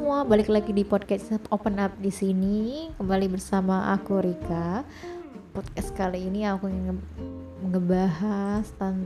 semua, balik lagi di podcast Open Up di sini. Kembali bersama aku Rika. Podcast kali ini aku ingin ngebahas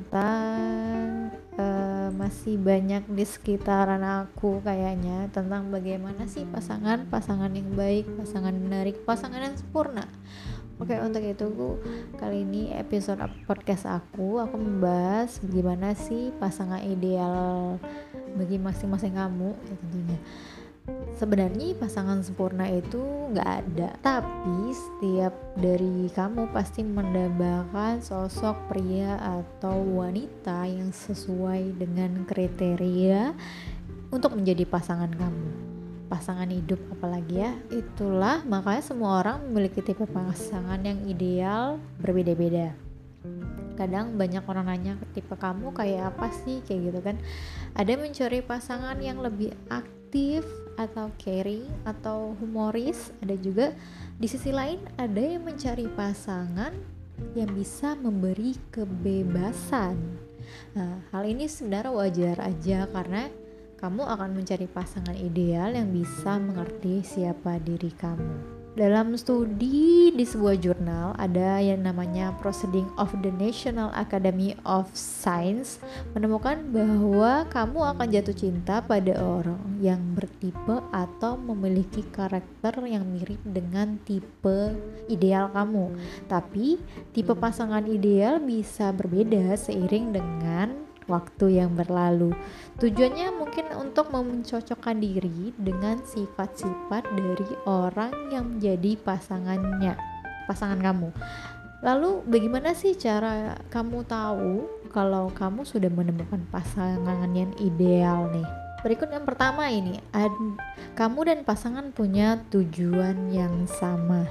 tentang masih banyak di sekitaran aku kayaknya, tentang bagaimana sih pasangan yang baik, pasangan menarik, pasangan yang sempurna. Oke, untuk itu kali ini episode podcast aku membahas gimana sih pasangan ideal bagi masing-masing kamu ya tentunya. Sebenarnya pasangan sempurna itu nggak ada, tapi setiap dari kamu pasti mendambakan sosok pria atau wanita yang sesuai dengan kriteria untuk menjadi pasangan kamu, pasangan hidup apalagi ya. Itulah makanya semua orang memiliki tipe pasangan yang ideal berbeda-beda. Kadang banyak orang nanya tipe kamu kayak apa sih, kayak gitu kan. Ada mencari pasangan yang lebih aktif atau caring atau humoris. Ada juga di sisi lain ada yang mencari pasangan yang bisa memberi kebebasan. Nah, hal ini sebenarnya wajar aja karena kamu akan mencari pasangan ideal yang bisa mengerti siapa diri kamu. Dalam studi di sebuah jurnal ada yang namanya Proceedings of the National Academy of Science menemukan bahwa kamu akan jatuh cinta pada orang yang bertipe atau memiliki karakter yang mirip dengan tipe ideal kamu. Tapi tipe pasangan ideal bisa berbeda seiring dengan waktu yang berlalu. Tujuannya mungkin untuk mencocokkan diri dengan sifat-sifat dari orang yang menjadi pasangan kamu. Lalu bagaimana sih cara kamu tahu kalau kamu sudah menemukan pasangan yang ideal nih? Berikut yang pertama ini, kamu dan pasangan punya tujuan yang sama.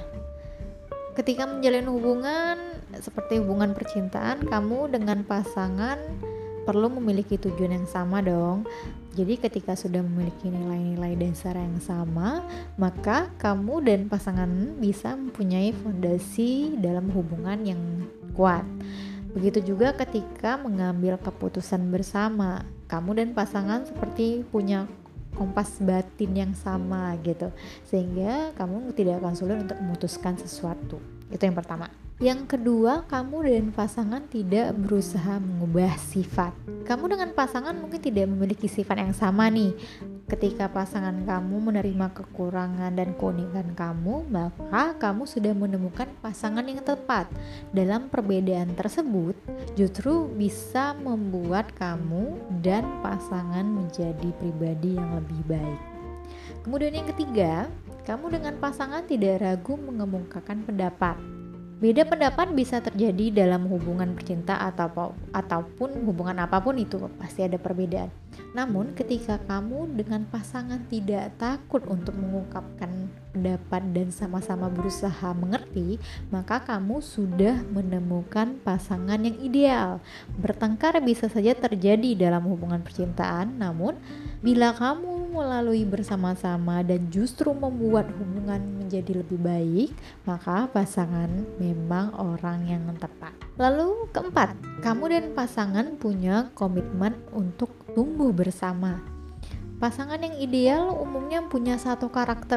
Ketika menjalin hubungan seperti hubungan percintaan, kamu dengan pasangan perlu memiliki tujuan yang sama dong. Jadi ketika sudah memiliki nilai-nilai dasar yang sama, maka kamu dan pasangan bisa mempunyai fondasi dalam hubungan yang kuat. Begitu juga ketika mengambil keputusan bersama, kamu dan pasangan seperti punya kompas batin yang sama gitu, sehingga kamu tidak akan sulit untuk memutuskan sesuatu. Itu yang pertama. Yang kedua, kamu dan pasangan tidak berusaha mengubah sifat. Kamu dengan pasangan mungkin tidak memiliki sifat yang sama nih. Ketika pasangan kamu menerima kekurangan dan keunikan kamu, maka kamu sudah menemukan pasangan yang tepat. Dalam perbedaan tersebut, justru bisa membuat kamu dan pasangan menjadi pribadi yang lebih baik. Kemudian yang ketiga, kamu dengan pasangan tidak ragu mengemukakan pendapat. Beda pendapat bisa terjadi dalam hubungan percinta ataupun hubungan apapun, itu pasti ada perbedaan. Namun ketika kamu dengan pasangan tidak takut untuk mengungkapkan pendapat dan sama-sama berusaha mengerti, maka kamu sudah menemukan pasangan yang ideal. Bertengkar bisa saja terjadi dalam hubungan percintaan, namun bila kamu melalui bersama-sama dan justru membuat hubungan menjadi lebih baik, maka pasangan memang orang yang tepat. Lalu keempat, kamu dan pasangan punya komitmen untuk tumbuh bersama. Pasangan yang ideal umumnya punya satu karakter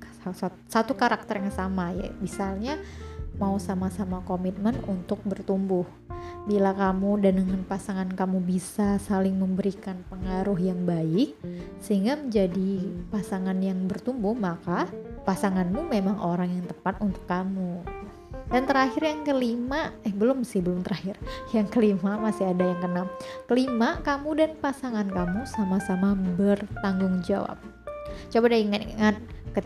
yang sama ya. Misalnya mau sama-sama komitmen untuk bertumbuh. Bila kamu dan dengan pasangan kamu bisa saling memberikan pengaruh yang baik sehingga menjadi pasangan yang bertumbuh, maka pasanganmu memang orang yang tepat untuk kamu. Dan terakhir yang kelima, belum terakhir. Yang kelima, masih ada yang keenam. Kelima, kamu dan pasangan kamu sama-sama bertanggung jawab. Coba deh ingat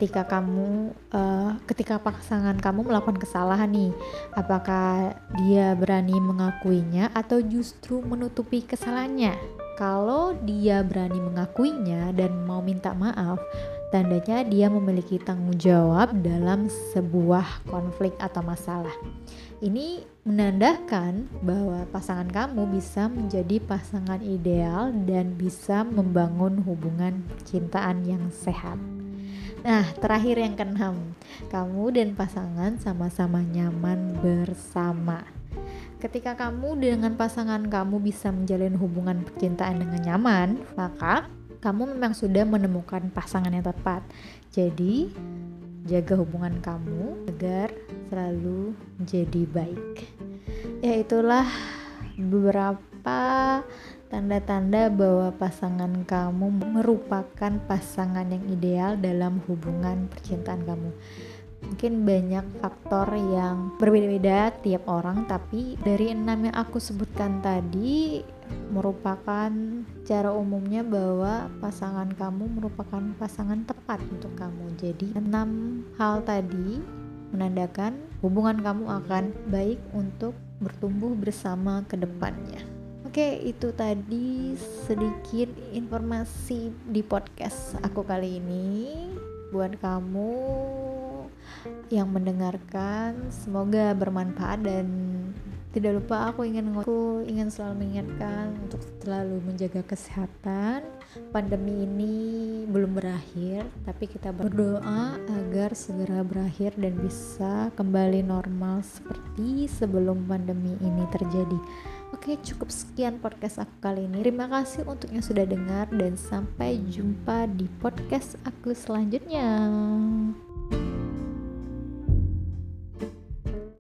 ketika pasangan kamu melakukan kesalahan nih, apakah dia berani mengakuinya atau justru menutupi kesalahannya? Kalau dia berani mengakuinya dan mau minta maaf, tandanya dia memiliki tanggung jawab dalam sebuah konflik atau masalah. Ini menandakan bahwa pasangan kamu bisa menjadi pasangan ideal dan bisa membangun hubungan percintaan yang sehat. Nah, terakhir yang keenam, kamu dan pasangan sama-sama nyaman bersama. Ketika kamu dengan pasangan kamu bisa menjalin hubungan percintaan dengan nyaman, maka kamu memang sudah menemukan pasangan yang tepat. Jadi jaga hubungan kamu agar selalu menjadi baik. Ya, itulah beberapa tanda-tanda bahwa pasangan kamu merupakan pasangan yang ideal dalam hubungan percintaan kamu. Mungkin banyak faktor yang berbeda-beda tiap orang, tapi dari 6 yang aku sebutkan tadi merupakan cara umumnya bahwa pasangan kamu merupakan pasangan tepat untuk kamu. Jadi 6 hal tadi menandakan hubungan kamu akan baik untuk bertumbuh bersama ke depannya. Oke, itu tadi sedikit informasi di podcast aku kali ini buat kamu yang mendengarkan. Semoga bermanfaat, dan tidak lupa aku ingin selalu mengingatkan untuk selalu menjaga kesehatan. Pandemi ini belum berakhir, tapi kita berdoa agar segera berakhir dan bisa kembali normal seperti sebelum pandemi ini terjadi. Oke, cukup sekian podcast aku kali ini. Terima kasih untuk yang sudah dengar, dan sampai jumpa di podcast aku selanjutnya.